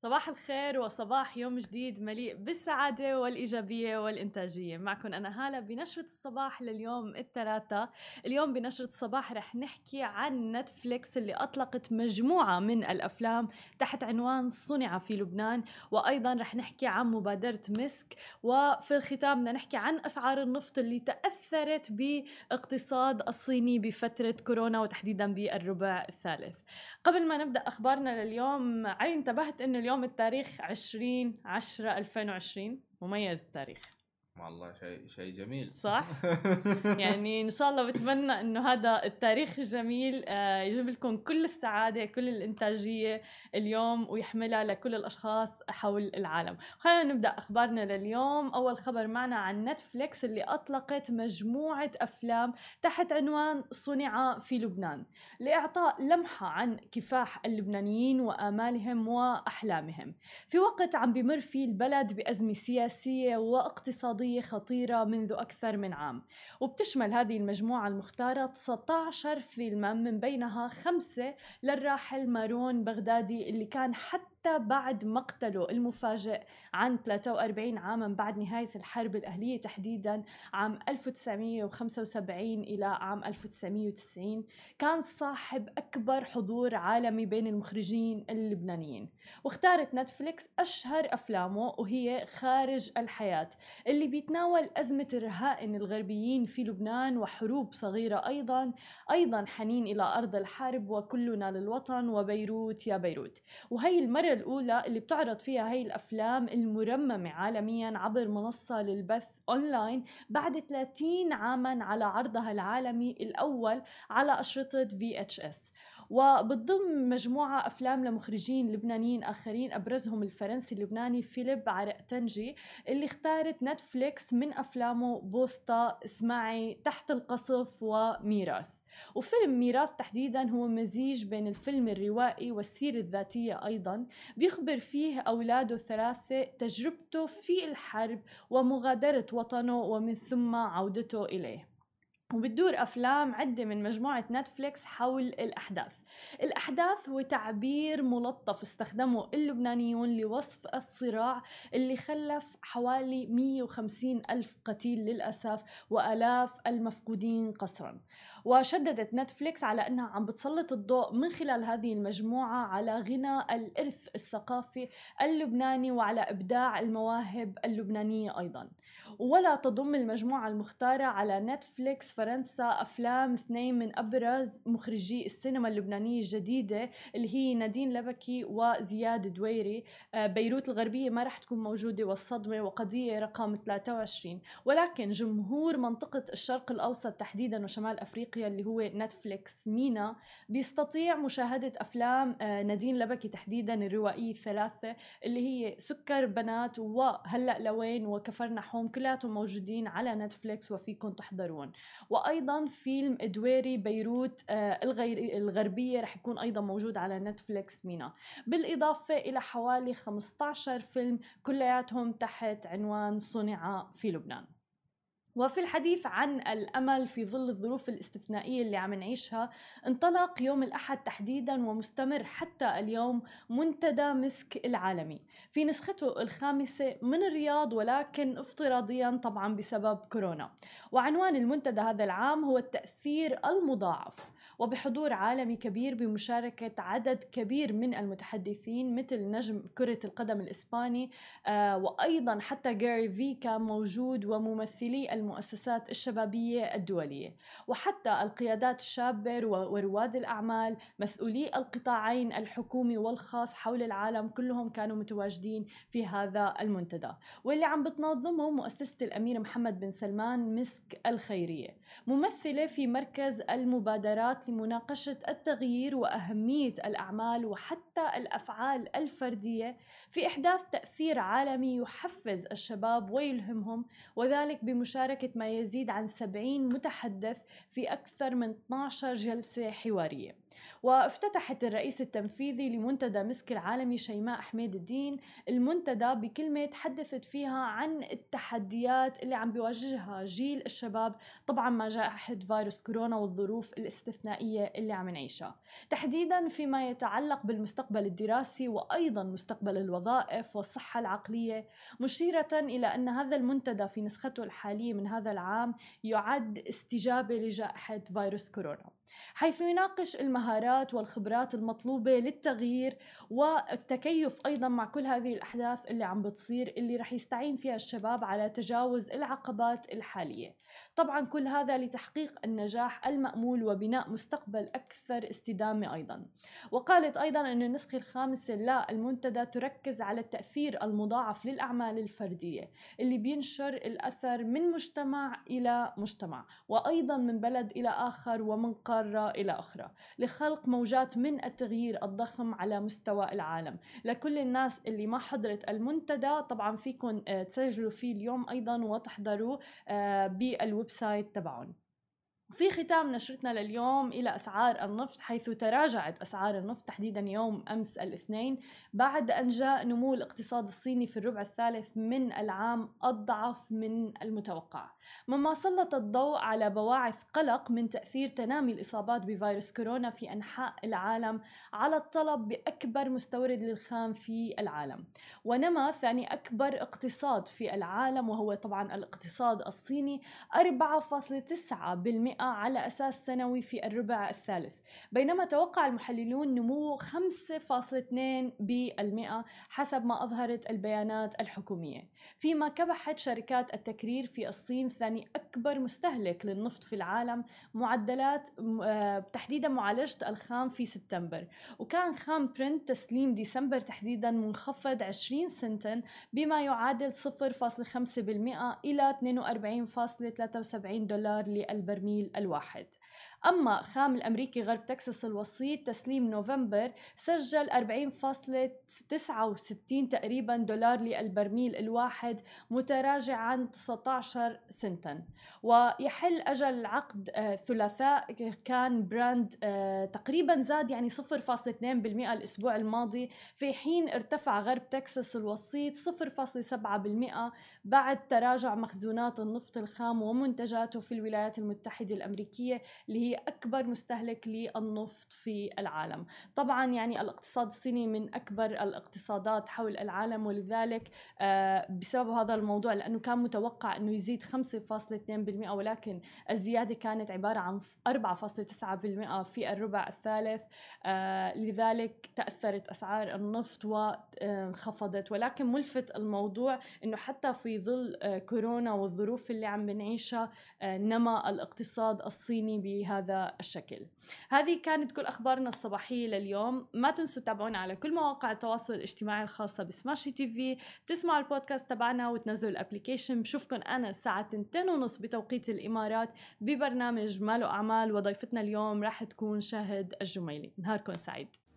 صباح الخير وصباح يوم جديد مليء بالسعادة والإيجابية والإنتاجية. معكم أنا هالة بنشرة الصباح لليوم الثلاثاء. اليوم بنشرة الصباح رح نحكي عن نتفليكس اللي أطلقت مجموعة من الأفلام تحت عنوان صنع في لبنان، وأيضا رح نحكي عن مبادرة مسك، وفي الختام بدنا نحكي عن أسعار النفط اللي تأثرت باقتصاد الصيني بفترة كورونا وتحديدا بالربع الثالث. قبل ما نبدأ أخبارنا لليوم، انتبهت إنه اليوم التاريخ 20/10/2020. مميز التاريخ، والله شيء جميل. صح؟ يعني إن شاء الله بتمنى إنه هذا التاريخ الجميل يجيب لكم كل السعادة كل الإنتاجية اليوم ويحملها لكل الأشخاص حول العالم. خلينا نبدأ أخبارنا لليوم. أول خبر معنا عن نتفليكس اللي أطلقت مجموعة أفلام تحت عنوان صنع في لبنان لإعطاء لمحة عن كفاح اللبنانيين وآمالهم وأحلامهم في وقت عم بمر فيه البلد بأزمة سياسية واقتصادية خطيرة منذ أكثر من عام. وبتشمل هذه المجموعة المختارة 19 فيلما، من بينها 5 للراحل مارون بغدادي اللي كان حتى بعد مقتله المفاجئ عن 43 عاما بعد نهاية الحرب الأهلية تحديدا عام 1975 إلى عام 1990 كان صاحب أكبر حضور عالمي بين المخرجين اللبنانيين. واختارت نتفليكس أشهر أفلامه وهي خارج الحياة اللي بيتناول أزمة الرهائن الغربيين في لبنان وحروب صغيرة، أيضا حنين إلى أرض الحرب وكلنا للوطن وبيروت يا بيروت. وهي المرة الأولى اللي بتعرض فيها هي الأفلام المرممة عالميا عبر منصة للبث أونلاين بعد 30 عاما على عرضها العالمي الأول على أشرطة VHS. وبتضم مجموعة أفلام لمخرجين لبنانيين آخرين أبرزهم الفرنسي اللبناني فيليب عرقتنجي اللي اختارت نتفليكس من أفلامه بوسطة، اسمعي، تحت القصف وميراث. وفيلم ميراث تحديدا هو مزيج بين الفيلم الروائي والسيرة الذاتية، أيضا بيخبر فيه أولاده الثلاثة تجربته في الحرب ومغادرة وطنه ومن ثم عودته إليه. وبتدور أفلام عدة من مجموعة نتفليكس حول الأحداث هو تعبير ملطف استخدمه اللبنانيون لوصف الصراع اللي خلف حوالي 150 ألف قتيل للأسف وألاف المفقودين قسرا. وشددت نتفليكس على أنها عم بتسلط الضوء من خلال هذه المجموعة على غنى الإرث الثقافي اللبناني وعلى إبداع المواهب اللبنانية أيضا. ولا تضم المجموعة المختارة على نتفليكس فرنسا أفلام 2 من أبرز مخرجي السينما اللبنانية الجديدة اللي هي نادين لبكي وزياد دويري. بيروت الغربية ما رح تكون موجودة، والصدمة، وقضية رقم 23. ولكن جمهور منطقة الشرق الأوسط تحديدا وشمال أفريقيا اللي هو نتفليكس مينا بيستطيع مشاهدة أفلام نادين لبكي تحديدا الروائية الثلاثة اللي هي سكر بنات وهلأ لوين وكفرنا حوم، كلاتهم موجودين على نتفليكس وفيكم تحضرون. وأيضا فيلم دويري بيروت الغربية رح يكون أيضا موجود على نتفليكس مينا، بالإضافة إلى حوالي 15 فيلم كلياتهم تحت عنوان صنع في لبنان. وفي الحديث عن الأمل في ظل الظروف الاستثنائية اللي عم نعيشها، انطلق يوم الأحد تحديدا ومستمر حتى اليوم منتدى مسك العالمي في نسخته الخامسة من الرياض، ولكن افتراضيا طبعا بسبب كورونا. وعنوان المنتدى هذا العام هو التأثير المضاعف، وبحضور عالمي كبير بمشاركة عدد كبير من المتحدثين مثل نجم كرة القدم الإسباني وأيضا حتى جاري في كان موجود، وممثلي المؤسسات الشبابية الدولية، وحتى القيادات الشابة ورواد الأعمال مسؤولي القطاعين الحكومي والخاص حول العالم كلهم كانوا متواجدين في هذا المنتدى، واللي عم بتنظمه مؤسسة الأمير محمد بن سلمان مسك الخيرية، ممثلة في مركز المبادرات لمناقشة التغيير وأهمية الأعمال وحتى الأفعال الفردية في إحداث تأثير عالمي يحفز الشباب ويلهمهم، وذلك بمشاركة ما يزيد عن 70 متحدث في أكثر من 12 جلسة حوارية. وافتتحت الرئيس التنفيذي لمنتدى مسك العالمي شيماء حميد الدين المنتدى بكلمة تحدثت فيها عن التحديات اللي عم بيواجهها جيل الشباب طبعا مع جائحة فيروس كورونا والظروف الاستثنائية الاستثنائية اللي عم نعيشها، تحديداً فيما يتعلق بالمستقبل الدراسي وأيضاً مستقبل الوظائف والصحة العقلية، مشيرة إلى أن هذا المنتدى في نسخته الحالية من هذا العام يعد استجابة لجائحة فيروس كورونا، حيث يناقش المهارات والخبرات المطلوبة للتغيير والتكيف أيضاً مع كل هذه الأحداث اللي عم بتصير، اللي رح يستعين فيها الشباب على تجاوز العقبات الحالية. طبعاً كل هذا لتحقيق النجاح المأمول وبناء مستقبل أكثر استدامة أيضاً. وقالت أيضاً أن النسخة الخامسة للمنتدى تركز على التأثير المضاعف للأعمال الفردية اللي بينشر الأثر من مجتمع إلى مجتمع، وأيضاً من بلد إلى آخر ومن قارة إلى أخرى، لخلق موجات من التغيير الضخم على مستوى العالم. لكل الناس اللي ما حضرت المنتدى طبعاً فيكن تسجلوا فيه اليوم أيضاً وتحضروا بالويب سايت تبعهم. في ختام نشرتنا لليوم إلى أسعار النفط، حيث تراجعت أسعار النفط تحديداً يوم أمس الاثنين بعد أن جاء نمو الاقتصاد الصيني في الربع الثالث من العام أضعف من المتوقع، مما سلط الضوء على بواعث قلق من تأثير تنامي الإصابات بفيروس كورونا في أنحاء العالم على الطلب بأكبر مستورد للخام في العالم. ونما ثاني أكبر اقتصاد في العالم وهو طبعاً الاقتصاد الصيني 4.9% على أساس سنوي في الربع الثالث، بينما توقع المحللون نمو 5.2% حسب ما أظهرت البيانات الحكومية. فيما كبحت شركات التكرير في الصين ثاني أكبر مستهلك للنفط في العالم معدلات تحديدا معالجة الخام في سبتمبر، وكان خام برنت تسليم ديسمبر تحديدا منخفض 20 سنتا بما يعادل 0.5% إلى 42.73 دولار للبرميل الواحد. أما خام الأمريكي غرب تكساس الوسيط تسليم نوفمبر سجل 40.69 تقريبا دولار للبرميل الواحد، متراجع عن 19 سنتا. ويحل أجل العقد ثلاثاء كان براند تقريبا زاد يعني 0.2% الأسبوع الماضي، في حين ارتفع غرب تكساس الوسيط 0.7% بعد تراجع مخزونات النفط الخام ومنتجاته في الولايات المتحدة الأمريكية اللي هي أكبر مستهلك للنفط في العالم. طبعا يعني الاقتصاد الصيني من أكبر الاقتصادات حول العالم، ولذلك بسبب هذا الموضوع لأنه كان متوقع أنه يزيد 5.2% ولكن الزيادة كانت عبارة عن 4.9% في الربع الثالث، لذلك تأثرت أسعار النفط وانخفضت. ولكن ملفت الموضوع أنه حتى في ظل كورونا والظروف اللي عم بنعيشها نما الاقتصاد الصيني بهذا الشكل. هذه كانت كل أخبارنا الصباحية لليوم. ما تنسوا تتابعونا على كل مواقع التواصل الاجتماعي الخاصة بسماشي تي في، تسمعوا البودكاست تبعنا وتنزلوا الابليكيشن. بشوفكن أنا الساعة 2:30 بتوقيت الإمارات ببرنامج ماله أعمال، وضيفتنا اليوم راح تكون شاهد الجميلي. نهاركم سعيد.